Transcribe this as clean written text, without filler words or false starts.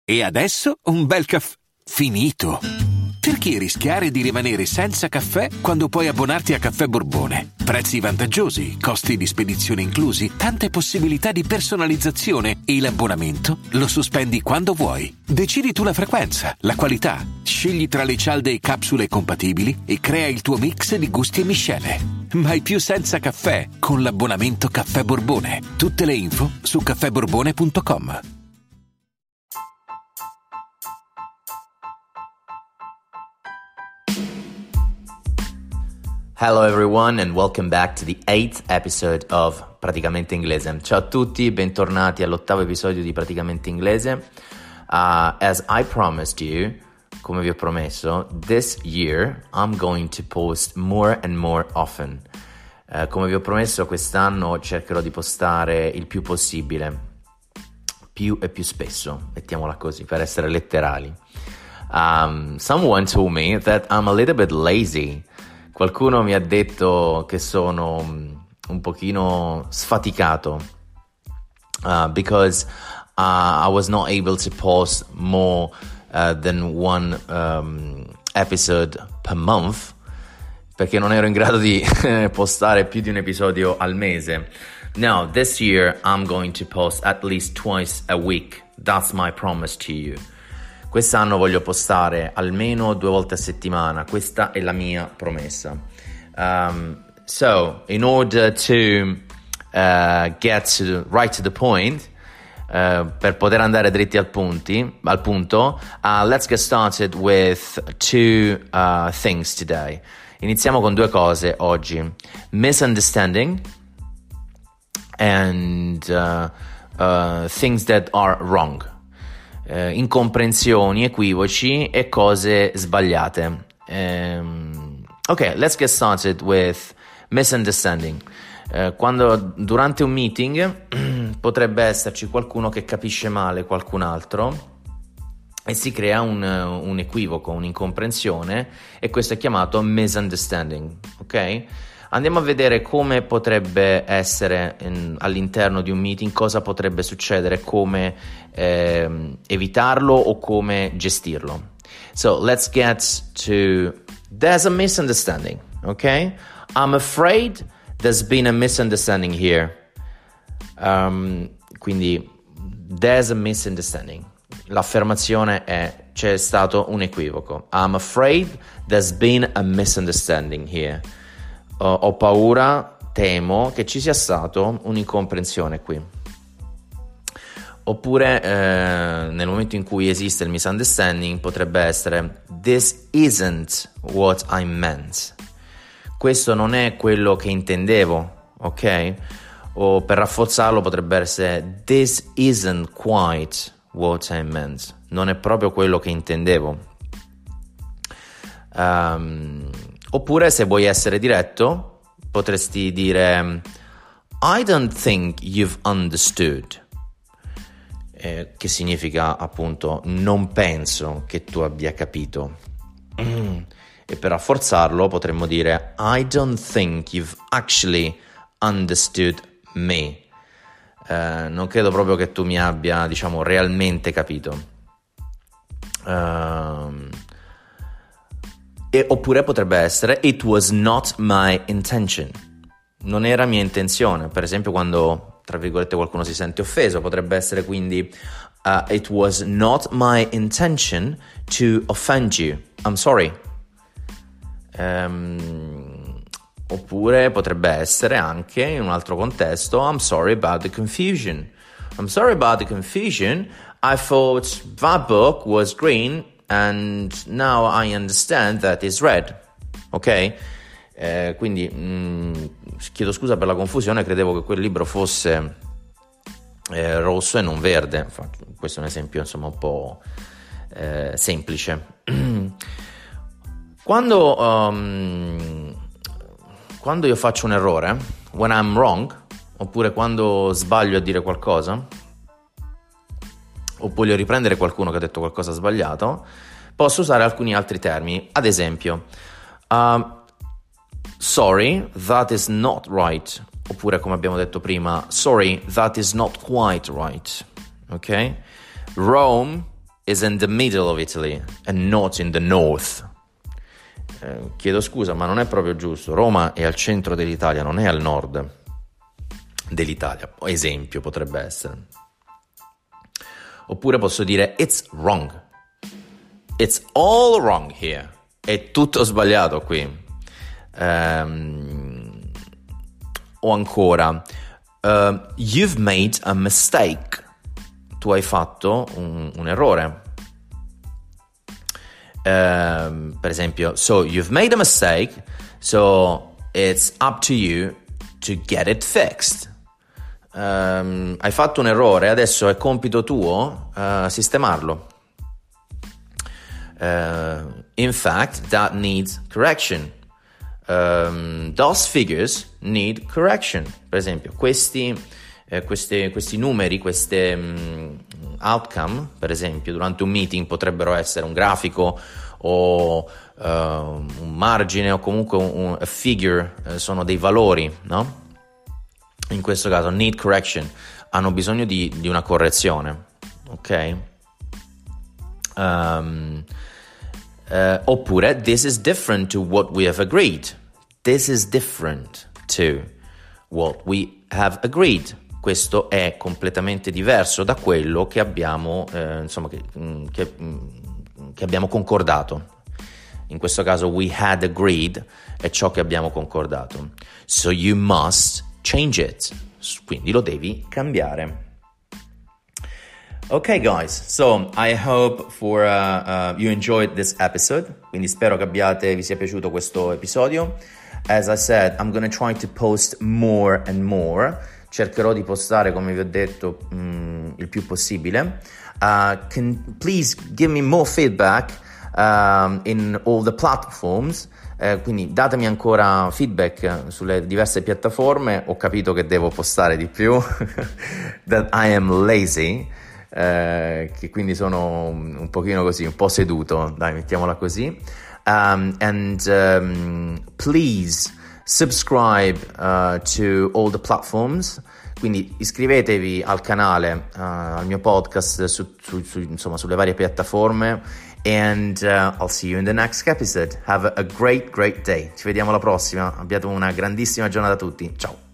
E adesso un bel caffè finito. Perché rischiare di rimanere senza caffè quando puoi abbonarti a Caffè Borbone? Prezzi vantaggiosi, costi di spedizione inclusi, tante possibilità di personalizzazione e l'abbonamento lo sospendi quando vuoi. Decidi tu la frequenza, la qualità, scegli tra le cialde e capsule compatibili e crea il tuo mix di gusti e miscele. Mai più senza caffè con l'abbonamento Caffè Borbone. Tutte le info su caffèborbone.com. Hello everyone and welcome back to the 8th episode of Praticamente Inglese. Ciao a tutti, bentornati all'8º episodio di Praticamente Inglese. As I promised you, come vi ho promesso, this year I'm going to post more and more often. Come vi ho promesso, quest'anno cercherò di postare il più possibile, più e più spesso, mettiamola così, per essere letterali. Someone told me that I'm a little bit lazy. Qualcuno mi ha detto che sono un pochino sfaticato because I was not able to post more than one episode per month, perché non ero in grado di postare più di un episodio al mese. Now, this year I'm going to post at least twice a week. That's my promise to you. Quest'anno voglio postare almeno 2 volte a settimana, questa è la mia promessa. So, in order to get right to the point, per poter andare dritti al punto, let's get started with 2 things today. Iniziamo con 2 cose oggi: misunderstanding and things that are wrong. Incomprensioni, equivoci e cose sbagliate. Ok, let's get started with misunderstanding. Quando durante un meeting potrebbe esserci qualcuno che capisce male qualcun altro e si crea un equivoco, un'incomprensione, e questo è chiamato misunderstanding. Ok? Andiamo a vedere come potrebbe essere all'interno di un meeting, cosa potrebbe succedere, come evitarlo o come gestirlo. So let's get to there's a misunderstanding, ok? I'm afraid there's been a misunderstanding here. Quindi there's a misunderstanding. L'affermazione è: c'è stato un equivoco. I'm afraid there's been a misunderstanding here. Ho paura, temo che ci sia stato un'incomprensione qui. Oppure nel momento in cui esiste il misunderstanding potrebbe essere: this isn't what I meant. Questo non è quello che intendevo, ok? O per rafforzarlo potrebbe essere: this isn't quite what I meant. Non è proprio quello che intendevo. Oppure, se vuoi essere diretto, potresti dire: I don't think you've understood. Che significa appunto: non penso che tu abbia capito. E per rafforzarlo potremmo dire: I don't think you've actually understood me. Non credo proprio che tu mi abbia, diciamo, realmente capito. Oppure potrebbe essere: it was not my intention. Non era mia intenzione. Per esempio, quando, tra virgolette, qualcuno si sente offeso, potrebbe essere quindi: it was not my intention to offend you. I'm sorry. Oppure potrebbe essere anche, in un altro contesto: I'm sorry about the confusion. I'm sorry about the confusion. I thought that book was green and now I understand that it's red. Ok? Quindi chiedo scusa per la confusione, credevo che quel libro fosse rosso e non verde. Questo è un esempio, insomma, un po' semplice. Quando io faccio un errore, when I'm wrong, oppure quando sbaglio a dire qualcosa, o voglio riprendere qualcuno che ha detto qualcosa sbagliato, posso usare alcuni altri termini. Ad esempio, sorry, that is not right. Oppure, come abbiamo detto prima, sorry, that is not quite right. Ok? Rome is in the middle of Italy and not in the north. Chiedo scusa, ma non è proprio giusto. Roma è al centro dell'Italia, non è al nord dell'Italia. Esempio potrebbe essere. Oppure posso dire it's wrong. It's all wrong here. È tutto sbagliato qui. O ancora you've made a mistake. Tu hai fatto un errore. Per esempio, so you've made a mistake, so it's up to you to get it fixed. Hai fatto un errore, adesso è compito tuo sistemarlo. In fact, that needs correction. Those figures need correction. Per esempio, questi numeri, queste outcome, per esempio, durante un meeting potrebbero essere un grafico o un margine o comunque a figure, sono dei valori, no? In questo caso need correction, hanno bisogno di una correzione, ok? Oppure this is different to what we have agreed. This is different to what we have agreed. Questo è completamente diverso da quello che abbiamo che abbiamo concordato. In questo caso we had agreed è ciò che abbiamo concordato. So you must change it. Quindi lo devi cambiare. Okay guys, so I hope you enjoyed this episode. Quindi spero che vi sia piaciuto questo episodio. As I said, I'm going to try to post more and more. Cercherò di postare, come vi ho detto, il più possibile. Please give me more feedback in all the platforms. Quindi datemi ancora feedback sulle diverse piattaforme. Ho capito che devo postare di più. That I am lazy. Che quindi sono un pochino così, un po' seduto, dai, mettiamola così. Please subscribe to all the platforms. Quindi iscrivetevi al canale, al mio podcast insomma sulle varie piattaforme. And I'll see you in the next episode. Have a great day. Ci vediamo alla prossima. Abbiate una grandissima giornata a tutti. Ciao.